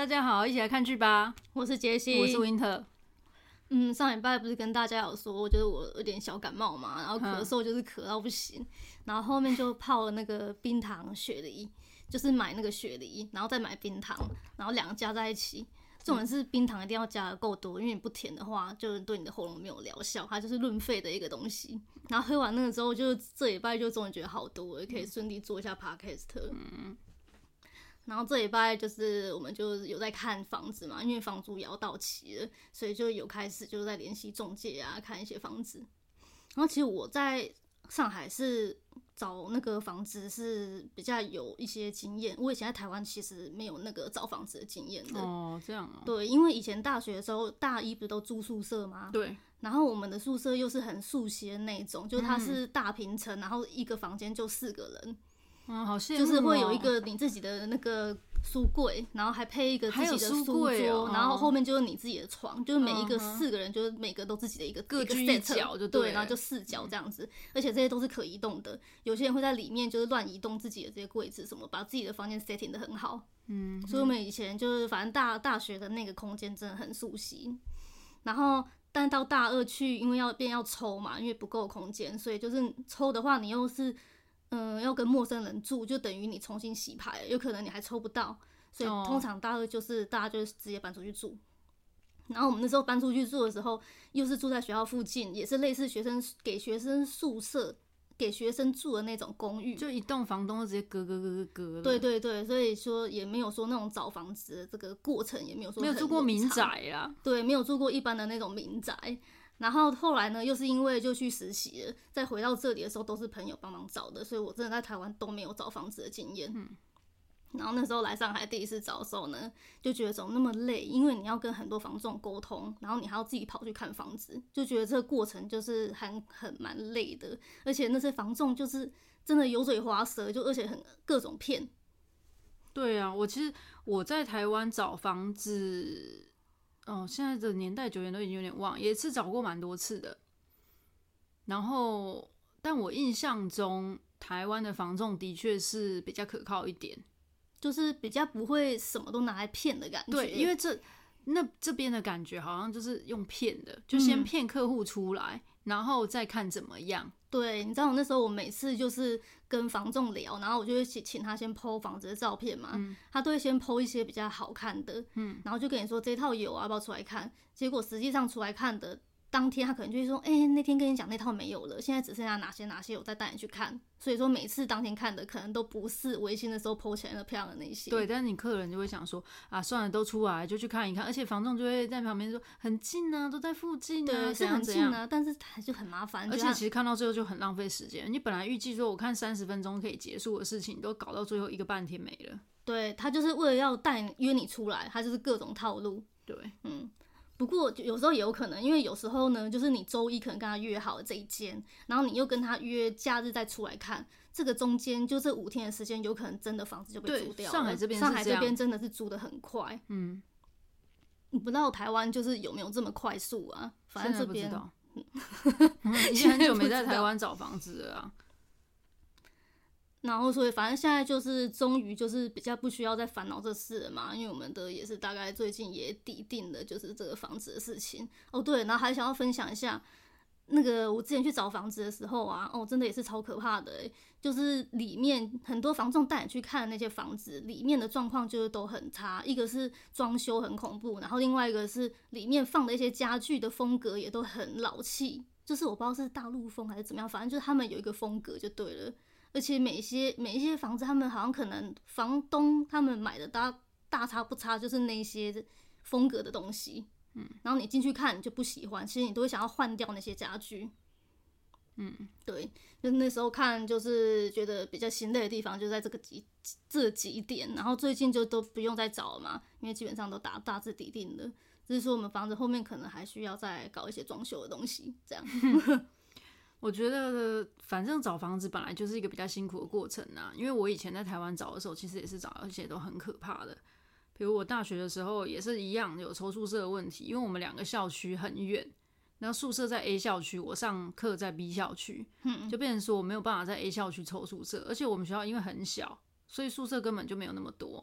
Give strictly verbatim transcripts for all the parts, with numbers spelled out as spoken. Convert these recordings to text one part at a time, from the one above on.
大家好，一起来看剧吧。 我是杰西， 我是 Winter。 嗯，上礼拜不是跟大家有说，我觉得我有点小感冒嘛，然后咳嗽就是咳到不行，然后后面就泡了那个冰糖雪梨，就是买那个雪梨，然后再买冰糖，然后两个加在一起。重点是冰糖一定要加的够多，因为你不甜的话，就对你的喉咙没有疗效，它就是润肺的一个东西。然后喝完那个之后，就这礼拜就终于觉得好多了，可以顺利做一下 podcast。嗯。然后这礼拜就是我们就有在看房子嘛，因为房租也要到期了，所以就有开始就是在联系中介啊，看一些房子。然后其实我在上海是找那个房子是比较有一些经验，我以前在台湾其实没有那个找房子的经验的。 哦，这样啊。 对，因为以前大学的时候，大一不是都住宿舍吗？ 对。 然后我们的宿舍又是很速写的那种，就是它是大平层，然后一个房间就四个人。 嗯，好羡慕哦。 就是会有一个你自己的那个书柜，然后还配一个自己的书桌， 哦， 然后后面就是你自己的床，就是每一个四个人，就是每个都自己的一个各居一角，就对，然后就四角这样子，而且这些都是可移动的。有些人会在里面就是乱移动自己的这些柜子什么，把自己的房间 setting 得很好。嗯，所以我们以前就是反正大大学的那个空间真的很熟悉，然后。但到大二去，因为要变要抽嘛，因为不够空间，所以就是抽的话，你又是。嗯，要跟陌生人住，就等于你重新洗牌了，有可能你还抽不到，所以通常大二就是大家就直接搬出去住。然后我们那时候搬出去住的时候，又是住在学校附近，也是类似学生给学生宿舍、给学生住的那种公寓， 就一栋房东就直接割割割割割了。 对对对，所以说也没有说那种找房子的这个过程，也没有说没有住过民宅啦， 对，没有住过一般的那种民宅。然后后来呢，又是因为就去实习了，再回到这里的时候都是朋友帮忙找的，所以我真的在台湾都没有找房子的经验。嗯，然后那时候来上海第一次找的时候呢，就觉得怎么那么累，因为你要跟很多房仲沟通，然后你还要自己跑去看房子，就觉得这个过程就是很很蛮累的，而且那些房仲就是真的油嘴滑舌，就而且很各种骗。 对啊，我其实我在台湾找房子。哦，现在的年代久远都已经有点忘，也是找过蛮多次的。然后，但我印象中台湾的房仲的确是比较可靠一点， 就是比较不会什么都拿来骗的感觉。 对，因为这那这边的感觉好像就是用骗的，就先骗客户出来、嗯，然后再看怎么样。 对，你知道我那时候我每次就是跟房仲聊，然后我就会请他先 po 房子的照片嘛、嗯，他都会先 po 一些比较好看的，嗯，然后就跟你说这套有啊，要不要出来看？结果实际上出来看的当天，他可能就会说，哎、欸，那天跟你讲那套没有了，现在只剩下哪些哪些，我再带你去看。所以说每次当天看的可能都不是微信的时候 po 起来的漂亮的那些。 对，但是你客人就会想说啊，算了，都出来就去看一看，而且房仲就会在旁边说很近啊，都在附近啊， 对，是很近啊，但是就很麻烦， 而且其实看到最后就很浪费时间。你本来预计说我看三十分钟可以结束的事情，都搞到最后一个半天没了。 对，他就是为了要带约你出来，他就是各种套路。 对， 嗯。不过有时候也有可能，因为有时候呢，就是你周一可能跟他约好了这一间，然后你又跟他约假日再出来看，这个中间就这五天的时间，有可能真的房子就被租掉了。 上海这边上海这边真的是租得很快。嗯，你不知道台湾就是有没有这么快速啊？反正这边不知道，已经很久没在台湾找房子了啊。 然后所以反正现在就是终于就是比较不需要再烦恼这事了嘛，因为我们的也是大概最近也底定的就是这个房子的事情哦。对，然后还想要分享一下那个我之前去找房子的时候啊，哦真的也是超可怕的欸，就是里面很多房仲带你去看的那些房子里面的状况就是都很差，一个是装修很恐怖，然后另外一个是里面放的一些家具的风格也都很老气，就是我不知道是大陆风还是怎么样，反正就是他们有一个风格就对了。而且每一些每一些房子，他们好像可能房东他们买的大大差不差，就是那些风格的东西。嗯，然后你进去看你就不喜欢，其实你都会想要换掉那些家具。嗯，对，就那时候看就是觉得比较心累的地方就在这个几这几点，然后最近就都不用再找了嘛，因为基本上都大大致底定了，只是说我们房子后面可能还需要再搞一些装修的东西，这样。 我觉得反正找房子本来就是一个比较辛苦的过程啊，因为我以前在台湾找的时候其实也是找一些都很可怕的，比如我大学的时候也是一样有抽宿舍的问题，因为我们两个校区很远，然后宿舍在 A 校区，我上课在 B 校区，就变成说我没有办法在 A 校区抽宿舍，而且我们学校因为很小，所以宿舍根本就没有那么多，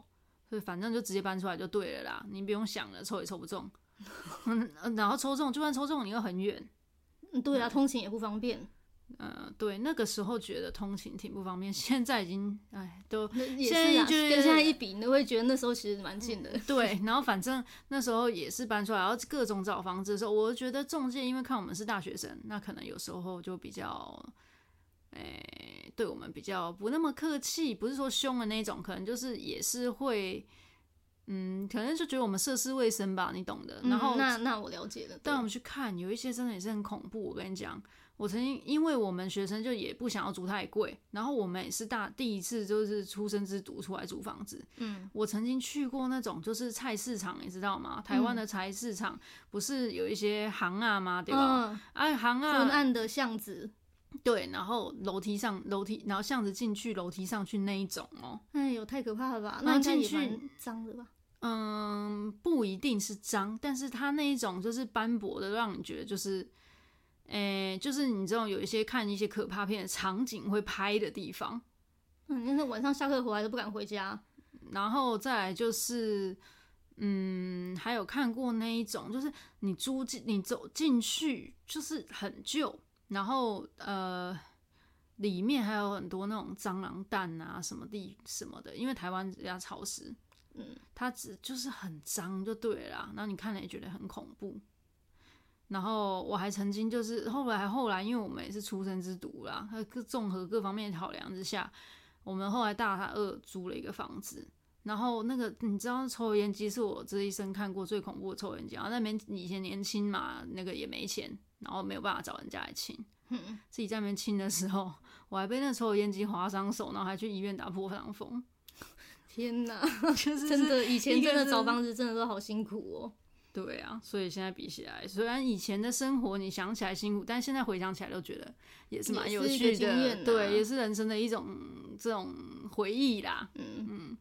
所以反正就直接搬出来就对了啦，你不用想了，抽也抽不中。嗯，然后抽中，就算抽中，你又很远。 嗯，对啊，通勤也不方便。 呃，对，那个时候觉得通勤挺不方便，现在已经，哎，都也是啊， 现在就是跟现在一比，你会觉得那时候其实蛮近的。 对，然后反正那时候也是搬出来，然后各种找房子的时候，我觉得中介因为看我们是大学生，那可能有时候就比较，哎，对我们比较不那么客气，不是说凶的那种，可能就是也是会。嗯，可能就觉得我们涉世未深吧，你懂的。然后、 嗯、那那我了解了。 但我们去看，有一些真的也是很恐怖。我跟你讲，我曾经因为我们学生就也不想要租太贵，然后我们也是大第一次就是出生之犊出来租房子。嗯，我曾经去过那种就是菜市场，你知道吗？台湾的菜市场、嗯、不是有一些行啊吗？对吧？嗯、啊，行啊， 昏暗的巷子。 对，然后楼梯上楼梯，然后巷子进去，楼梯上去那一种哦。 哎呦，太可怕了吧？那应该也蛮脏的吧？ 嗯，不一定是脏，但是它那一种就是斑驳的，让你觉得就是，诶、欸，就是你知道有一些看一些可怕片的场景会拍的地方。 嗯，那晚上下课回来都不敢回家。 然后再来就是，嗯，还有看过那一种，就是你租进你走进去就是很旧，然后呃，里面还有很多那种蟑螂蛋啊什么地什么的，因为台湾比较潮湿。嗯，它只就是很脏就对了啦，然后你看了也觉得很恐怖。然后我还曾经就是后来后来，因为我们也是出生之犊啦，各综合各方面考量之下，我们后来大二租了一个房子。然后那个你知道抽油烟机是我这一生看过最恐怖的抽油烟机，然后那边以前年轻嘛，那个也没钱，然后没有办法找人家来清，嗯、自己在那边清的时候，我还被那抽油烟机划伤手，然后还去医院打破伤风。 天哪， 就是真的，以前真的找房子真的都好辛苦哦。 对啊，所以现在比起来，虽然以前的生活你想起来辛苦，但现在回想起来都觉得也是蛮有趣的， 啊、 对，也是人生的一种这种回忆啦。嗯嗯。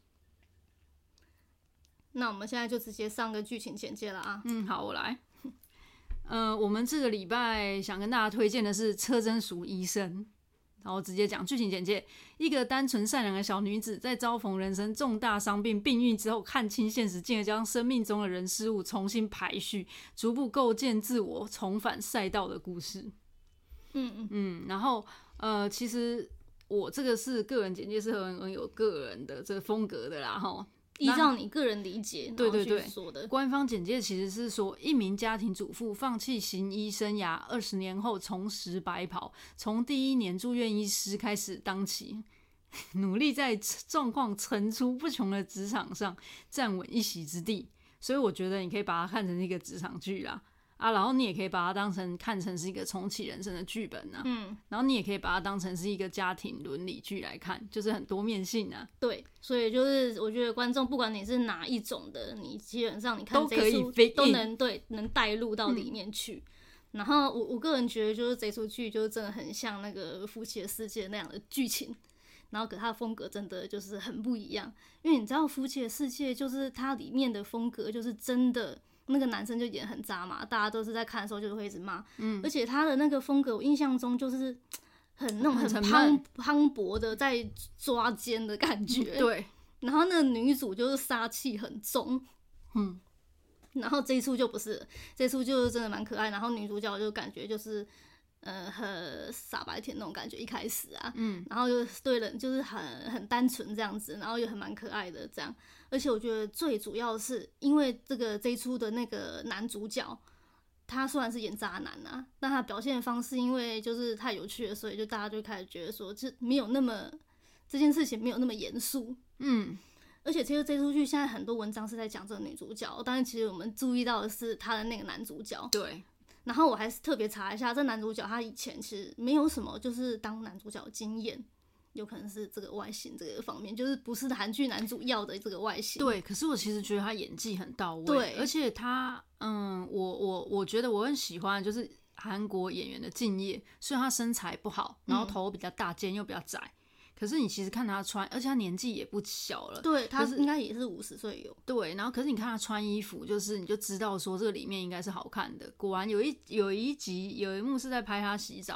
那我们现在就直接上个剧情简介了啊。 嗯，好，我来。呃，我们这个礼拜想跟大家推荐的是车真淑医生。然后直接讲剧情简介：一个单纯善良的小女子，在遭逢人生重大伤病、病愈之后，看清现实，进而将生命中的人事物重新排序，逐步构建自我，重返赛道的故事。嗯嗯嗯。然后呃，其实我这个是个人简介，是很很有个人的这个风格的啦，哈。 依照你个人理解， 对对对， 说的官方简介其实是说，一名家庭主妇放弃行医生涯，二十年后重拾白袍，从第一年住院医师开始当起，努力在状况层出不穷的职场上站稳一席之地。所以我觉得你可以把它看成一个职场剧啦。啊，然后你也可以把它当成看成是一个重启人生的剧本啊，嗯，然后你也可以把它当成是一个家庭伦理剧来看，就是很多面性啊。 对，所以就是我觉得观众不管你是哪一种的，你基本上你看这一出都能对能带入到里面去。嗯、然后我我个人觉得就是这出剧就是真的很像那个《夫妻的世界》那样的剧情，然后可它的风格真的就是很不一样，因为你知道《夫妻的世界》就是它里面的风格就是真的。那个男生就演很渣嘛，大家都是在看的时候就是会一直骂，嗯，而且他的那个风格，我印象中就是很那种很磅磅礴的在抓奸的感觉， 对。 然后那个女主就是杀气很重，嗯，然后这一出就不是，这一出就真的蛮可爱，然后女主角就感觉就是呃很傻白甜那种感觉，一开始啊，嗯，然后就对人就是很很单纯这样子，然后又很蛮可爱的这样。而且我觉得最主要的是，因为这个这一出的那个男主角，他虽然是演渣男啊，但他表现的方式因为就是太有趣了，所以就大家就开始觉得说，这没有那么这件事情没有那么严肃，嗯。而且其实这出剧现在很多文章是在讲这个女主角，但是其实我们注意到的是他的那个男主角， 对。 然后我还是特别查一下，这男主角他以前其实没有什么就是当男主角的经验。有可能是这个外形这个方面，就是不是韩剧男主要的这个外形。 对，可是我其实觉得他演技很到位， 对， 而且他，嗯，我我我觉得我很喜欢，就是韩国演员的敬业。虽然他身材不好，然后头比较大，肩又比较窄，嗯、可是你其实看他穿，而且他年纪也不小了， 对，他应该也是五十岁有。 对，然后可是你看他穿衣服，就是你就知道说这个里面应该是好看的。果然有一有一集有一幕是在拍他洗澡。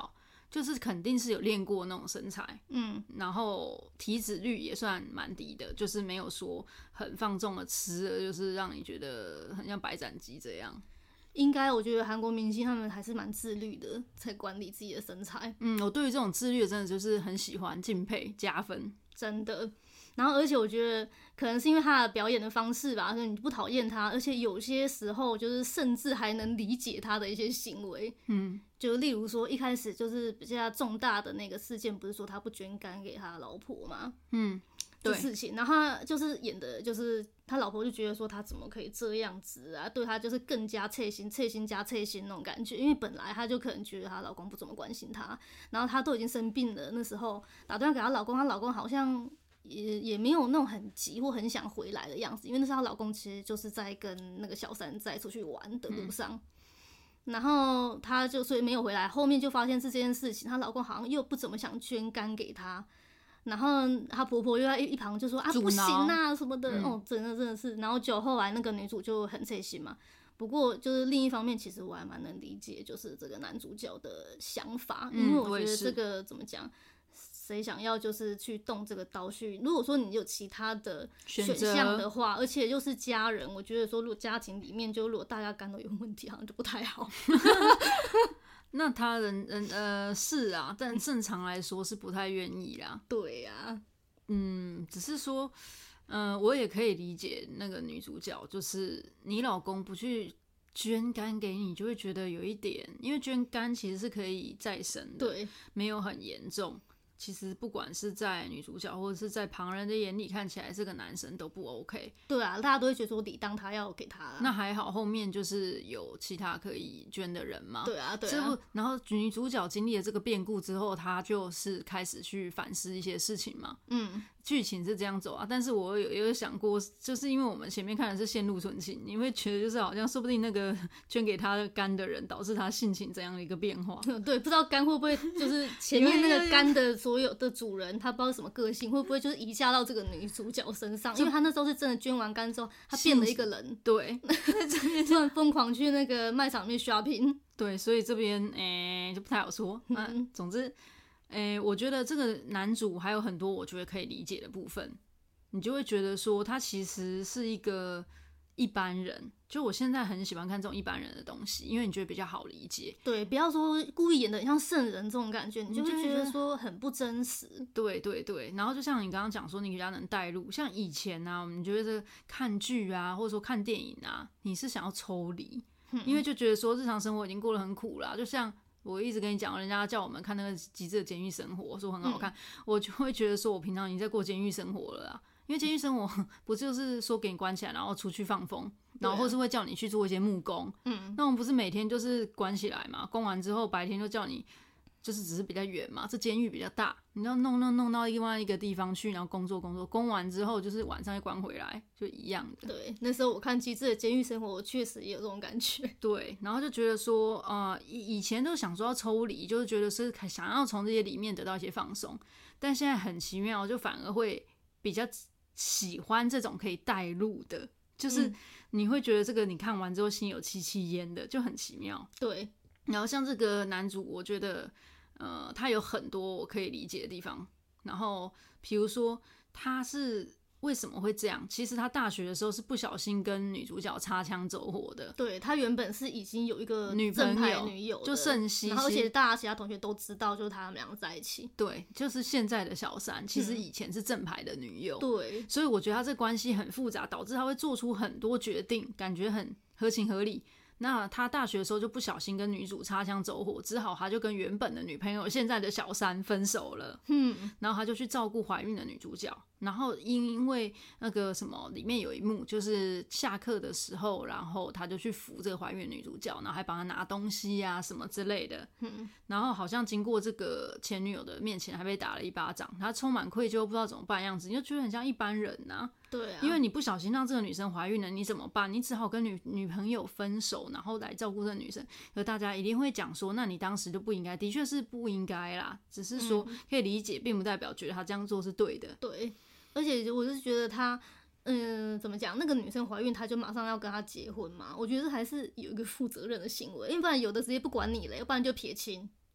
就是肯定是有练过那种身材， 嗯， 然后体脂率也算蛮低的，就是没有说很放纵的吃了，就是让你觉得很像白斩鸡这样。 应该我觉得韩国明星他们还是蛮自律的，在管理自己的身材。 嗯，我对于这种自律的真的就是很喜欢，敬佩，加分， 真的。然后而且我觉得可能是因为他的表演的方式吧，所以你不讨厌他，而且有些时候就是甚至还能理解他的一些行为。 嗯， 就例如说一开始就是比较重大的那个事件，不是说他不捐肝给他老婆吗？ 嗯， 对，事情，然后他就是演的，就是他老婆就觉得说他怎么可以这样子啊，对他就是更加刺心、刺心加刺心那种感觉，因为本来他就可能觉得她老公不怎么关心她，然后她都已经生病了，那时候打电话给她老公，她老公好像也也没有那种很急或很想回来的样子，因为那时候她老公其实就是在跟那个小三在出去玩的路上。嗯，然后她就所以没有回来，后面就发现是这件事情，她老公好像又不怎么想捐肝给她。然后她婆婆又在一旁就说啊不行啊什么的，嗯、哦，真的真的是。然后就后来那个女主就很刺心嘛。不过就是另一方面，其实我还蛮能理解，就是这个男主角的想法，因为我觉得这个怎么讲，谁想要就是去动这个刀去？如果说你有其他的选项的话，而且又是家人，我觉得说如果家庭里面就如果大家肝都有问题，好像就不太好。 那他人人呃是啊，但正常来说是不太愿意啦。 对啊， 嗯，只是说，嗯、呃，我也可以理解那个女主角，就是你老公不去捐肝给你，就会觉得有一点，因为捐肝其实是可以再生的， 对， 没有很严重。其实不管是在女主角或者是在旁人的眼里看起来，这个男生都不 OK。 对啊，大家都会觉得说理当他要给他、啊。 那还好，后面就是有其他可以捐的人嘛。 对啊，对啊。 然后女主角经历了这个变故之后，她就是开始去反思一些事情嘛。 嗯。 剧情是这样走啊，但是我有有想过，就是因为我们前面看的是陷入纯情，你会觉得就是好像说不定那个捐给他的肝的人导致他性情怎样的一个变化。 对，不知道肝会不会就是前面那个肝的所有的主人，他不知道什么个性，会不会就是移嫁到这个女主角身上？因为他那时候是真的捐完肝之后，他变了一个人， 对， 突然疯狂去那个卖场里面 shopping。 对，所以这边诶、欸、就不太好说。嗯、啊，总之。诶、欸，我觉得这个男主还有很多我觉得可以理解的部分，你就会觉得说他其实是一个一般人，就我现在很喜欢看这种一般人的东西，因为你觉得比较好理解。 对，不要说故意演的像圣人这种感觉，你就会觉得说很不真实。 对对对，然后就像你刚刚讲说，你比较能带入，像以前啊，我们觉得看剧啊，或者说看电影啊，你是想要抽离，因为就觉得说日常生活已经过得很苦啦，就像。我一直跟你讲，人家叫我们看那个极致的监狱生活，说很好看、嗯，我就会觉得说我平常已经在过监狱生活了啦。因为监狱生活不就是说给你关起来，然后出去放风，然后或是会叫你去做一些木工。嗯，那我们不是每天就是关起来嘛？关完之后白天就叫你，就是只是比较远嘛，这监狱比较大，你要弄弄弄到另外一个地方去，然后工作工作，工完之后就是晚上又关回来，就一样的。 对，那时候我看《机智的监狱生活》，我确实也有这种感觉。 对，然后就觉得说，呃，以以前都想说要抽离，就是觉得是想要从这些里面得到一些放松，但现在很奇妙，就反而会比较喜欢这种可以带入的，就是你会觉得这个你看完之后心有戚戚焉的，就很奇妙。 对， 然后像这个男主，我觉得。呃，他有很多我可以理解的地方，然后比如说他是为什么会这样？其实他大学的时候是不小心跟女主角擦枪走火的。 对，他原本是已经有一个女正牌女友， 就圣熙， 然后而且大家其他同学都知道，就是他们两个在一起。 对，就是现在的小三，其实以前是正牌的女友。 对、嗯， 所以我觉得他这关系很复杂，导致他会做出很多决定，感觉很合情合理。那他大学的时候就不小心跟女主擦枪走火，只好他就跟原本的女朋友现在的小三分手了。嗯，然后他就去照顾怀孕的女主角。然后因为那个什么，里面有一幕就是下课的时候，然后他就去扶这个怀孕的女主角，然后还帮她拿东西啊什么之类的。嗯，然后好像经过这个前女友的面前，还被打了一巴掌，他充满愧疚，不知道怎么办的样子，你就觉得很像一般人啊。 对啊， 因为你不小心让这个女生怀孕了，你怎么办？你只好跟女女朋友分手，然后来照顾这个女生。而大家一定会讲说，那你当时就不应该，的确是不应该啦。只是说可以理解，并不代表觉得他这样做是对的。 对。而且我是觉得他，嗯、呃，怎么讲？那个女生怀孕，他就马上要跟他结婚嘛？我觉得还是有一个负责任的行为，因为不然有的直接不管你了，要不然就撇清。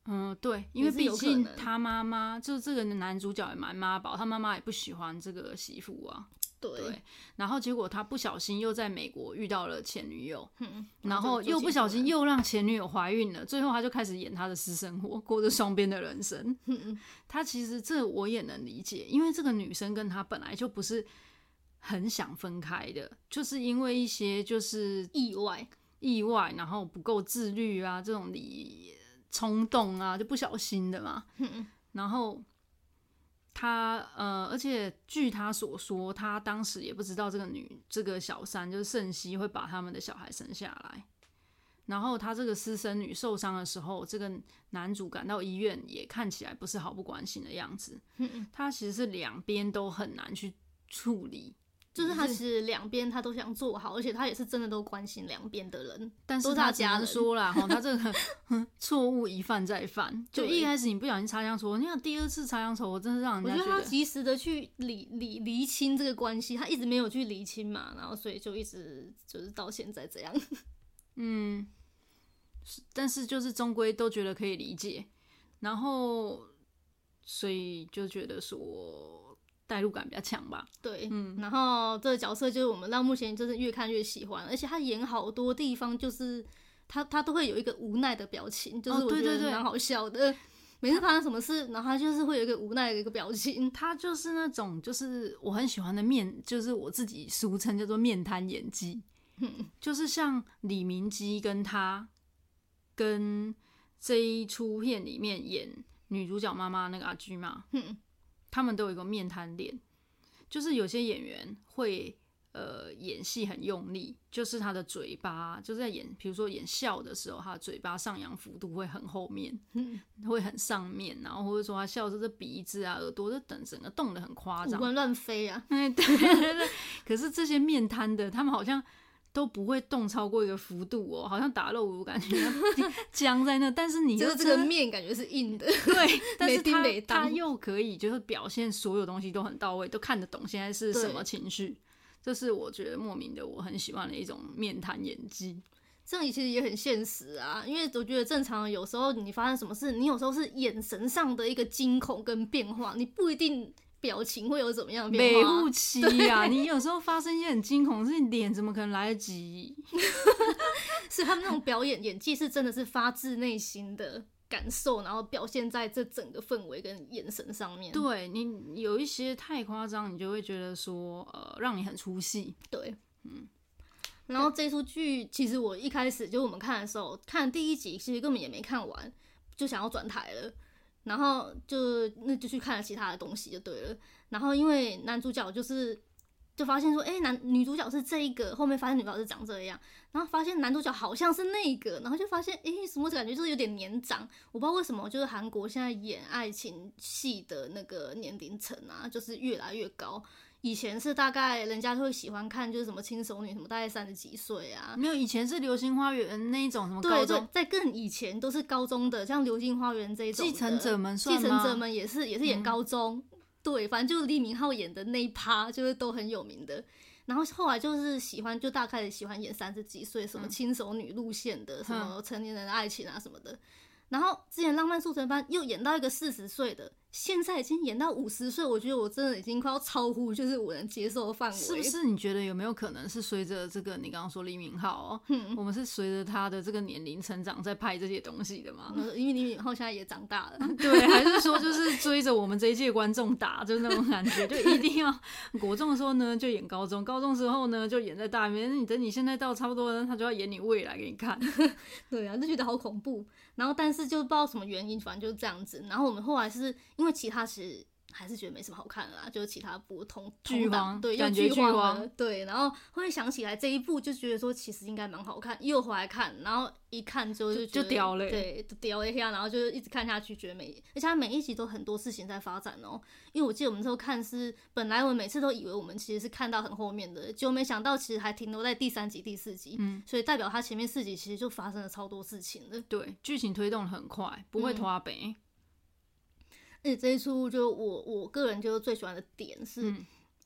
嗯，对，因为毕竟他妈妈就这个男主角也蛮妈宝，他妈妈也不喜欢这个媳妇啊。 对, 对，然后结果他不小心又在美国遇到了前女友， 嗯、 然后又不小心又让前女友怀孕了，最后他就开始演他的私生活，过着双边的人生。 嗯、 他其实这我也能理解，因为这个女生跟他本来就不是很想分开的，就是因为一些就是意外意外，然后不够自律啊，这种理冲动啊，就不小心的嘛。 嗯、 然后他呃，而且据他所说，他当时也不知道这个女这个小三就是圣熙会把他们的小孩生下来。然后他这个私生女受伤的时候，这个男主赶到医院也看起来不是毫不关心的样子。 嗯、 他其实是两边都很难去处理。 就是他其实两边他都想做好，而且他也是真的都关心两边的人， 但是他只能说啦，他这个错误一犯再犯，就一开始你不小心擦枪走火，你看第二次擦枪走火，真是让人家觉得， 我觉得他及时的去理理厘清这个关系，他一直没有去厘清嘛，然后所以就一直就是到现在这样。 嗯，但是就是终归都觉得可以理解，然后所以就觉得说。代入感比较强吧， 对， 嗯， 然后这个角色就是我们到目前就是越看越喜欢，而且他演好多地方就是他他都会有一个无奈的表情，就是我觉得蛮好笑的。哦、对对对，每次发生什么事，然后他就是会有一个无奈的一个表情。 他就是那种就是我很喜欢的面，就是我自己俗称叫做面瘫演技， 嗯， 就是像李明基跟他跟这一出片里面演女主角妈妈那个阿居嘛， 嗯。 他们都有一个面瘫脸，就是有些演员会呃演戏很用力，就是他的嘴巴就是在演，比如说演笑的时候，他的嘴巴上扬幅度会很后面， 嗯、 会很上面，然后或者说他笑就是鼻子啊、耳朵就等整个动得很夸张， 五官乱飞啊。 哎，对对对。可是这些面瘫的，他们好像都不会动超过一个幅度哦，好像打肉毒感觉僵在那，但是你就是这个面感觉是硬的， 对，但是他没他又可以就是表现所有东西都很到位，都看得懂现在是什么情绪，这是我觉得莫名的我很喜欢的一种面瘫演技。 这样其实也很现实啊，因为我觉得正常有时候你发生什么事，你有时候是眼神上的一个惊恐跟变化，你不一定表情会有怎么样的变化？ 没不起呀！你有时候发生一些很惊恐，是你脸怎么可能来得及？ 是他们那种表演演技是真的是发自内心的感受，然后表现在这整个氛围跟眼神上面。 对，你有一些太夸张，你就会觉得说，呃，让你很出戏。 对， 嗯。 然后这出剧其实我一开始就我们看的时候，看第一集其实根本也没看完，就想要转台了。然后就那就去看了其他的东西就对了。然后因为男主角就是就发现说，哎，男女主角是这一个，后面发现女主角是长这样，然后发现男主角好像是那个，然后就发现，哎，什么感觉就是有点年长。我不知道为什么，就是韩国现在演爱情戏的那个年龄层啊，就是越来越高。以前是大概人家会喜欢看就是什么轻熟女什么大概三十几岁啊， 没有，以前是流星花园那一种什么高中， 对对，在更以前都是高中的，像流星花园这一种的继承者们算吗？ 继承者们也是也是演高中，嗯、对，反正就是李敏镐演的那一趴就是都很有名的。然后后来就是喜欢，就大概喜欢演三十几岁什么轻熟女路线的，嗯、什么成年人的爱情啊什么的。然后之前浪漫速成班又演到一个四十岁的，现在已经演到五十岁，我觉得我真的已经快要超乎就是我能接受的范围。 是不是？你觉得有没有可能是随着这个你刚刚说李敏镐哦， 嗯、 我们是随着他的这个年龄成长在拍这些东西的吗？ 因为李敏镐现在也长大了， 对，还是说就是追着我们这一届观众打，就是那种感觉，就一定要国中的时候呢就演高中，高中的时候呢就演在大面，你等你现在到差不多呢，他就要演你未来给你看。 对啊，就觉得好恐怖。然后但是就不知道什么原因，反正就是这样子。然后我们后来是因为其他其实还是觉得没什么好看的啦，就是其他部同剧荒， 对， 感觉剧荒， 对。然后后面想起来这一部，就觉得说其实应该蛮好看，又回来看，然后一看之后就觉得就屌了， 对，就屌了一下，然后就一直看下去，觉得每而且它每一集都很多事情在发展哦。因为我记得我们那时候看是，本来我们每次都以为我们其实是看到很后面的，结果没想到其实还停留在第三集、第四集， 嗯， 所以代表它前面四集其实就发生了超多事情了。 对，剧情推动得很快，不会拖北。 而且这一出就我我个人就最喜欢的点是，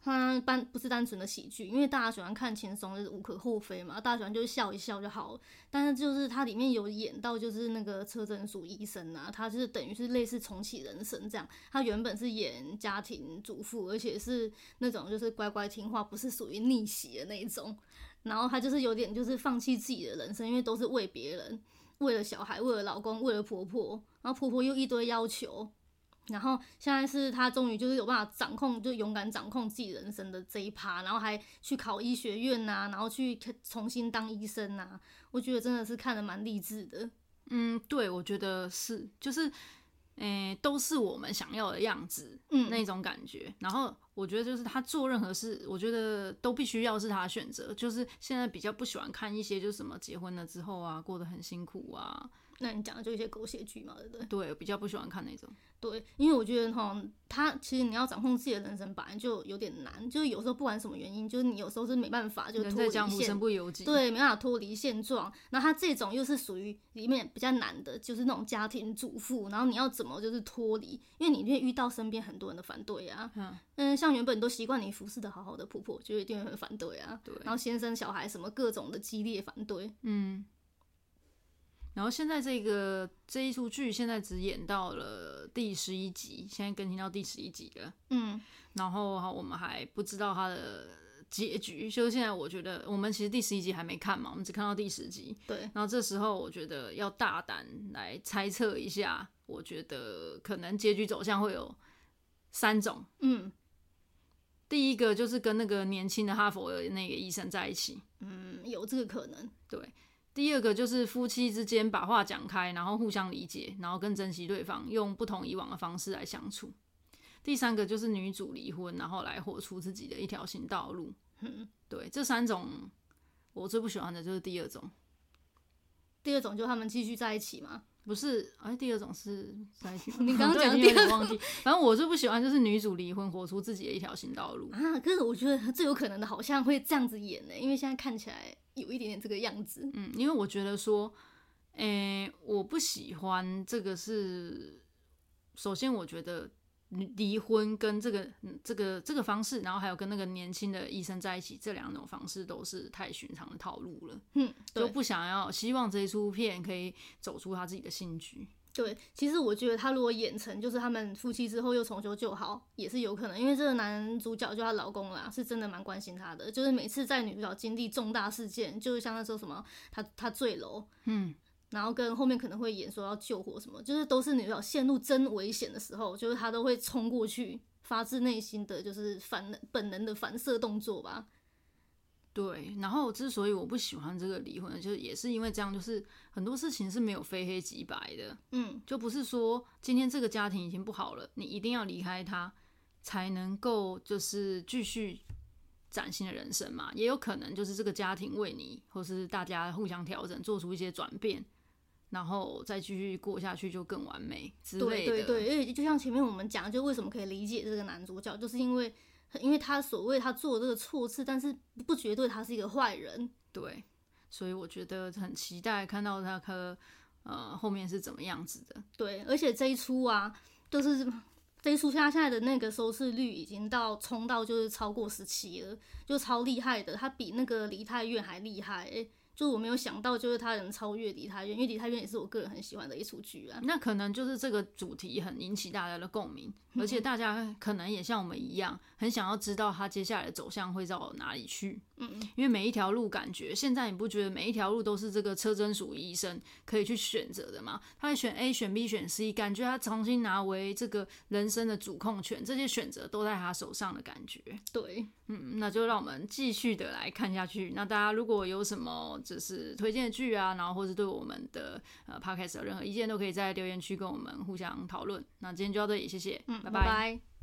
它单不是单纯的喜剧，因为大家喜欢看轻松，就是无可厚非嘛，大家喜欢就是笑一笑就好了。但是就是它里面有演到就是那个车真淑医生啊，他就是等于是类似重启人生这样。他原本是演家庭主妇，而且是那种就是乖乖听话，不是属于逆袭的那一种。然后他就是有点就是放弃自己的人生，因为都是为别人，为了小孩，为了老公，为了婆婆，然后婆婆又一堆要求。然后现在是他终于就是有办法掌控，就勇敢掌控自己人生的这一趴，然后还去考医学院啊，然后去重新当医生啊，我觉得真的是看得蛮励志的。 嗯，对，我觉得是，就是诶、欸，都是我们想要的样子， 嗯， 那种感觉。然后我觉得就是他做任何事，我觉得都必须要是他的选择。就是现在比较不喜欢看一些，就是什么结婚了之后啊，过得很辛苦啊。 那你讲的就一些狗血剧嘛，对不对？ 对，比较不喜欢看那种。 对，因为我觉得哈，他其实你要掌控自己的人生，本来就有点难。就是有时候不管什么原因，就是你有时候是没办法，就脱离现， 人在江湖身不由己。 对，没办法脱离现状。然后他这种又是属于里面比较难的，就是那种家庭主妇，然后你要怎么就是脱离？因为你会遇到身边很多人的反对啊。嗯, 嗯，像原本你都习惯你服侍的好好的婆婆，就一定会很反对啊。 对， 然后先生小孩什么各种的激烈反对。 嗯。然后现在这个这一出剧现在只演到了第十一集，现在更新到第十一集了。 嗯， 然后我们还不知道它的结局，就是现在我觉得我们其实第十一集还没看嘛，我们只看到第十集。 对。 然后这时候我觉得要大胆来猜测一下，我觉得可能结局走向会有三种。 嗯， 第一个就是跟那个年轻的哈佛的那个医生在一起。 嗯，有这个可能。 对。第二个就是夫妻之间把话讲开，然后互相理解，然后更珍惜对方，用不同以往的方式来相处。第三个就是女主离婚，然后来活出自己的一条新道路。 嗯， 对，这三种我最不喜欢的就是第二种。 第二种就是他们继续在一起吗？ 不是，哎，第二种是在一起。 你刚刚讲第二种， 忘记。反正我最不喜欢就是女主离婚，活出自己的一条新道路啊。可是我觉得最有可能的好像会这样子演呢、欸，因为现在看起来有一点点这个样子。 嗯，因为我觉得说，诶，我不喜欢这个是，首先我觉得离婚跟这个这个这个方式，然后还有跟那个年轻的医生在一起，这两种方式都是太寻常的套路了。 嗯， 就不想要，希望这一出片可以走出他自己的新局。 对，其实我觉得他如果演成就是他们夫妻之后又重修旧好，也是有可能，因为这个男主角就她老公啦，是真的蛮关心她的，就是每次在女主角经历重大事件，就是像那时候什么她她坠楼， 嗯。 然后跟后面可能会演说要救火什么，就是都是女主角陷入真危险的时候，就是她都会冲过去，发自内心的就是反本能的反射动作吧。 对，然后之所以我不喜欢这个离婚，就是也是因为这样，就是很多事情是没有非黑即白的。 嗯， 就不是说今天这个家庭已经不好了，你一定要离开他才能够就是继续崭新的人生嘛。也有可能就是这个家庭为你，或是大家互相调整，做出一些转变。然后再继续过下去就更完美之类的。 对对对，因为就像前面我们讲，就为什么可以理解这个男主角，就是因为因为他所谓他做这个错事，但是不绝对他是一个坏人。 对，所以我觉得很期待看到他和呃后面是怎么样子的。 对，而且这一出啊，就是这一出他现在的那个收视率已经到冲到就是超过十七了，就超厉害的，他比那个梨泰院还厉害、欸。就我没有想到，就是他能超越梨泰院，因为梨泰院也是我个人很喜欢的一出剧啊。 那可能就是这个主题很引起大家的共鸣，而且大家可能也像我们一样，很想要知道他接下来的走向会到哪里去。嗯，因为每一条路感觉现在你不觉得每一条路都是这个车真淑医生可以去选择的吗？他会选 A 选 B 选 C， 感觉他重新拿回这个人生的主控权，这些选择都在他手上的感觉。 对， 嗯，那就让我们继续的来看下去。那大家如果有什么就是推荐的剧啊，然后或是对我们的呃 podcast 有任何意见，都可以在留言区跟我们互相讨论。那今天就到这里，谢谢， 嗯， 拜拜拜。